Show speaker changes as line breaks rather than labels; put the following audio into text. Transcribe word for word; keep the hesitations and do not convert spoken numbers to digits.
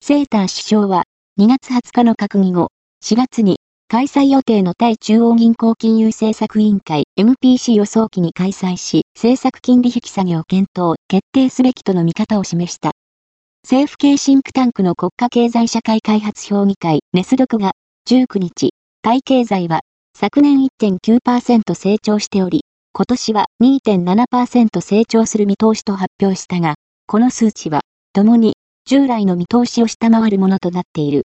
セーター首相はにがつはつかの閣議後、しがつに開催予定の対中央銀行金融政策委員会 エムピーシー を早期に開催し、政策金利引き下げを検討、決定すべきとの見方を示した。政府系シンクタンクの国家経済社会開発評議会ネスドクがじゅうくにち、タイ経済は昨年 いってんきゅうパーセント 成長しており、今年は にてんななパーセント 成長する見通しと発表したが、この数値は、共に従来の見通しを下回るものとなっている。